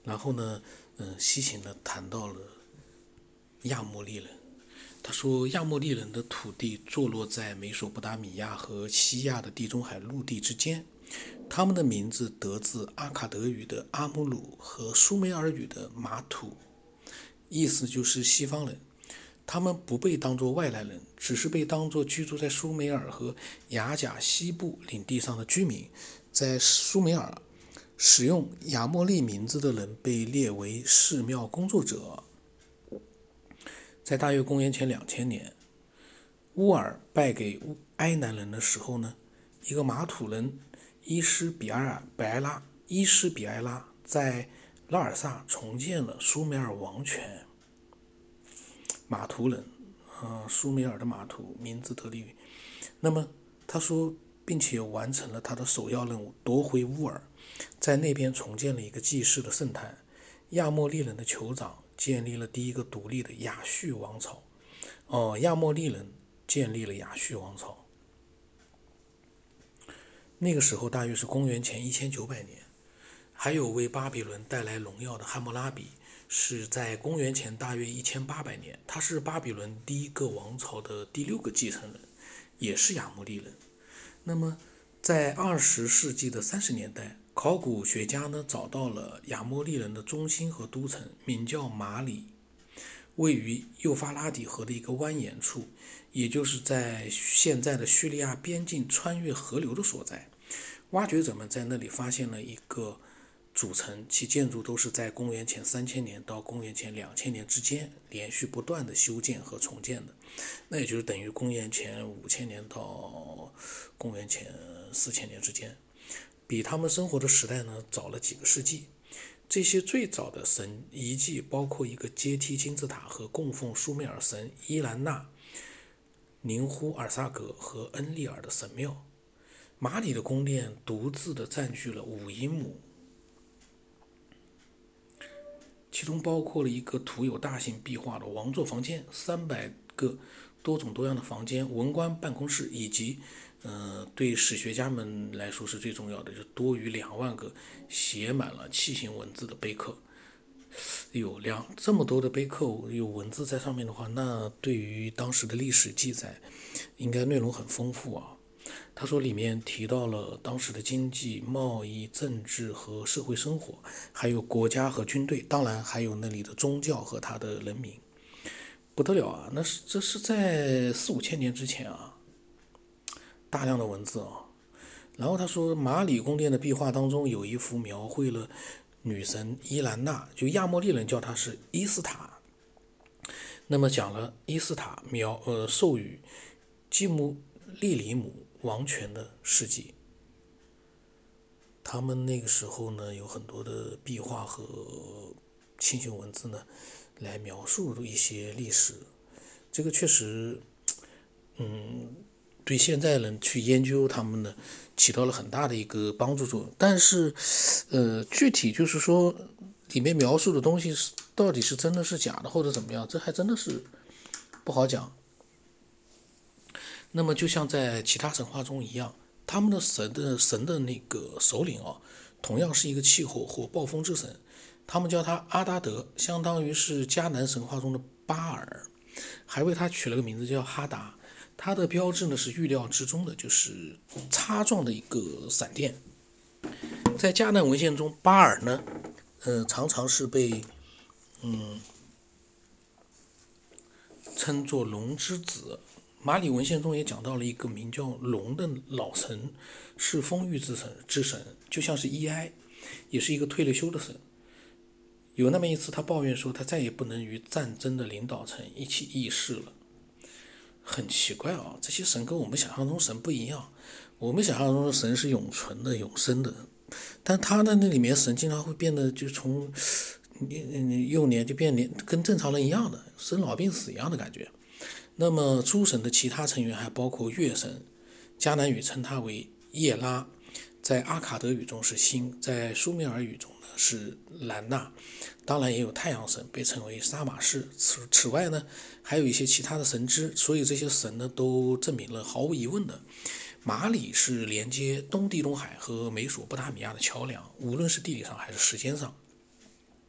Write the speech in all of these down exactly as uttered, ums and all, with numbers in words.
然后呢，嗯、呃，西行呢谈到了亚莫利人。他说，亚莫利人的土地坐落在美索不达米亚和西亚的地中海陆地之间，他们的名字得自阿卡德语的阿姆鲁和苏美尔语的马土，意思就是西方人。他们不被当作外来人，只是被当作居住在苏美尔和雅甲西部领地上的居民。在苏美尔，使用亚莫利名字的人被列为寺庙工作者。在大约公元前两千年，乌尔败给埃南人的时候呢，一个马土人伊施比埃白拉伊施比埃拉在拉尔萨重建了苏美尔王权。马图人，呃，苏美尔的马图，名字得力于。那么他说，并且完成了他的首要任务，夺回乌尔，在那边重建了一个祭祀的圣坛。亚莫利人的酋长建立了第一个独立的亚述王朝。哦，亚莫利人建立了亚述王朝。那个时候大约是公元前一千九百年。还有为巴比伦带来荣耀的汉谟拉比，是在公元前大约一千八百年，他是巴比伦第一个王朝的第六个继承人，也是亚莫利人。那么在二十世纪的三十年代，考古学家呢找到了亚莫利人的中心和都城，名叫马里，位于幼发拉底河的一个蜿蜒处，也就是在现在的叙利亚边境穿越河流的所在。挖掘者们在那里发现了一个主城，其建筑都是在公元前三千年到公元前两千年之间连续不断的修建和重建的，那也就是等于公元前五千年到公元前四千年之间，比他们生活的时代呢早了几个世纪。这些最早的神遗迹包括一个阶梯金字塔和供奉苏美尔神伊兰纳、宁呼尔萨格和恩利尔的神庙。马里的宫殿独自的占据了五英亩，其中包括了一个涂有大型壁画的王座房间，三百个多种多样的房间、文官办公室，以及，呃，对史学家们来说是最重要的，就是多于两万个写满了楔形文字的碑刻。有两这么多的碑刻有文字在上面的话，那对于当时的历史记载，应该内容很丰富啊。他说里面提到了当时的经济、贸易、政治和社会生活，还有国家和军队，当然还有那里的宗教和他的人民。不得了啊，那是这是在四五千年之前啊，大量的文字啊。然后他说马里宫殿的壁画当中有一幅描绘了女神伊兰娜，就亚莫利人叫她是伊斯塔。那么讲了伊斯塔描呃授予基姆利里姆王权的事迹。他们那个时候呢，有很多的壁画和楔形文字呢，来描述一些历史。这个确实，嗯，对现在人去研究他们呢，起到了很大的一个帮助作用。但是，呃，具体就是说，里面描述的东西是到底是真的是假的，或者怎么样，这还真的是不好讲。那么就像在其他神话中一样，他们的神的神的那个首领啊，同样是一个气候或暴风之神，他们叫他阿达德，相当于是迦南神话中的巴尔，还为他取了个名字叫哈达。他的标志呢是预料之中的，就是叉状的一个闪电。在迦南文献中，巴尔呢，呃，常常是被嗯称作龙之子。马里文献中也讲到了一个名叫龙的老神，是丰裕之神，之神就像是伊埃，也是一个退了休的神。有那么一次，他抱怨说，他再也不能与战争的领导层一起议事了。很奇怪啊，这些神跟我们想象中神不一样。我们想象中的神是永存的、永生的，但他的那里面神经常会变得就从幼年就变年，跟正常人一样的，生老病死一样的感觉。那么诸神的其他成员还包括月神，迦南语称它为叶拉，在阿卡德语中是星，在苏美尔语中呢是兰纳，当然也有太阳神，被称为沙马士。此此外呢，还有一些其他的神支，所以这些神呢都证明了毫无疑问的，马里是连接东地中海和美索不达米亚的桥梁，无论是地理上还是时间上。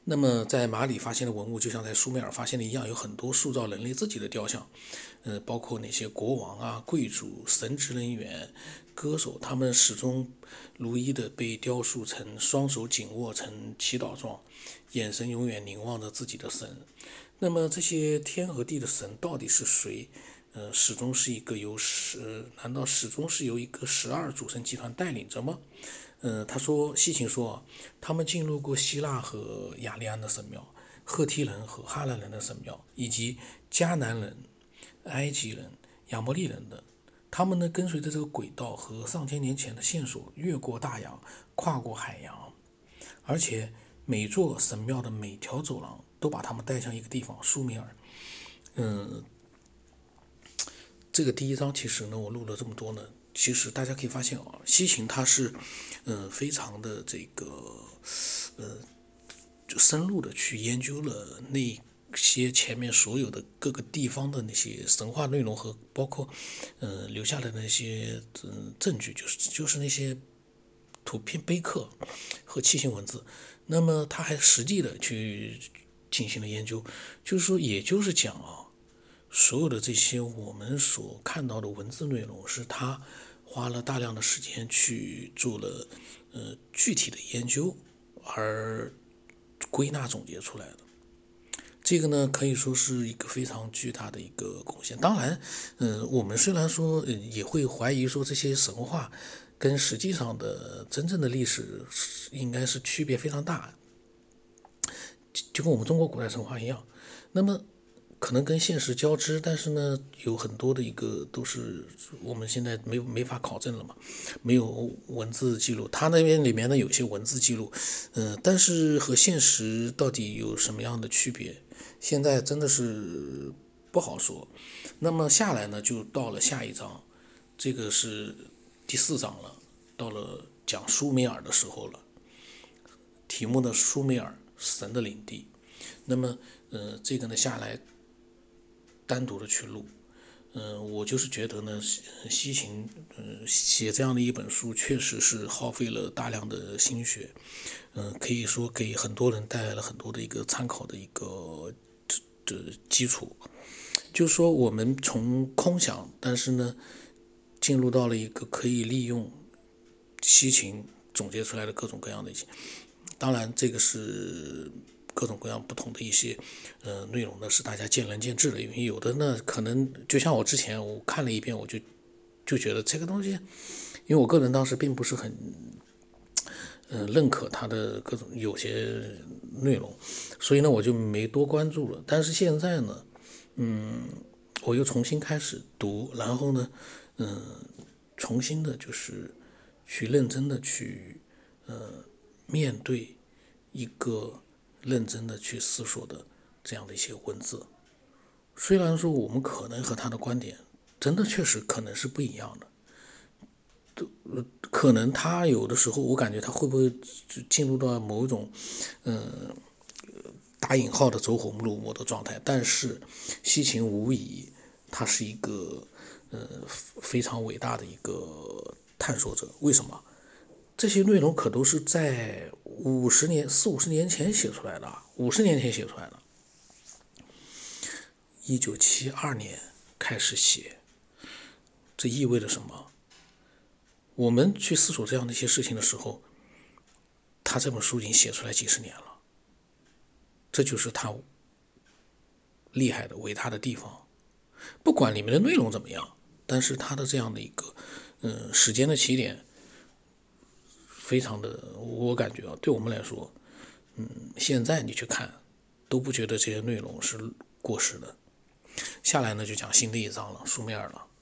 那么在马里发现的文物，就像在苏美尔发现的一样，有很多塑造人类自己的雕像，呃，包括那些国王啊、贵族、神职人员、歌手，他们始终如一的被雕塑成双手紧握成祈祷状，眼神永远凝望着自己的神。那么这些天和地的神到底是谁？呃，始终是一个由十，难道始终是由一个十二主神集团带领着吗？呃，他说，西秦说，他们进入过希腊和雅利安的神庙，赫梯人和哈兰人的神庙，以及迦南人、埃及人、亚摩利人等。他们呢，跟随着这个轨道和上千年前的线索，越过大洋，跨过海洋，而且每座神庙的每条走廊都把他们带向一个地方——苏美尔。嗯，这个第一章其实呢，我录了这么多呢，其实大家可以发现啊，西秦他是，嗯、呃，非常的这个，呃，就深入的去研究了那些前面所有的各个地方的那些神话内容和包括，呃，留下的那些嗯、呃、证据，就是就是那些图片碑刻和楔形文字。那么他还实地的去进行了研究，就是说，也就是讲啊。所有的这些我们所看到的文字内容，是他花了大量的时间去做了呃具体的研究，而归纳总结出来的。这个呢，可以说是一个非常巨大的一个贡献。当然，嗯、呃，我们虽然说、呃、也会怀疑说这些神话跟实际上的真正的历史应该是区别非常大，就跟我们中国古代神话一样。那么可能跟现实交织，但是呢，有很多的一个都是我们现在没没法考证了嘛，没有文字记录。他那边里面呢有些文字记录，嗯、呃，但是和现实到底有什么样的区别，现在真的是不好说。那么下来呢，就到了下一章，这个是第四章了，到了讲苏美尔的时候了。题目呢，苏美尔神的领地。那么，呃，这个呢下来。单独的去录，嗯、呃，我就是觉得呢，西秦，呃，写这样的一本书，确实是耗费了大量的心血，嗯、呃，可以说给很多人带来了很多的一个参考的一个这这基础，就是说我们从空想，但是呢，进入到了一个可以利用西秦总结出来的各种各样的一些，当然这个是。各种各样不同的一些呃内容呢，是大家见仁见智的，因为有的呢可能就像我之前我看了一遍，我就就觉得这个东西，因为我个人当时并不是很呃认可它的各种有些内容，所以呢我就没多关注了。但是现在呢，嗯，我又重新开始读，然后呢，嗯，重新的就是去认真的去呃面对一个。认真的去思索的这样的一些文字，虽然说我们可能和他的观点真的确实可能是不一样的，可能他有的时候我感觉他会不会进入到某一种嗯、呃、打引号的走火入魔的状态，但是西秦无疑他是一个呃非常伟大的一个探索者。为什么？这些内容可都是在五十年、四五十年前写出来的，五十年前写出来的。一九七二年开始写，这意味着什么？我们去思索这样的一些事情的时候，他这本书已经写出来几十年了，这就是他厉害的、伟大的地方。不管里面的内容怎么样，但是他的这样的一个，嗯，时间的起点。非常的，我感觉啊，对我们来说，嗯，现在你去看，都不觉得这些内容是过时的。下来呢，就讲新的一章了，苏美尔了。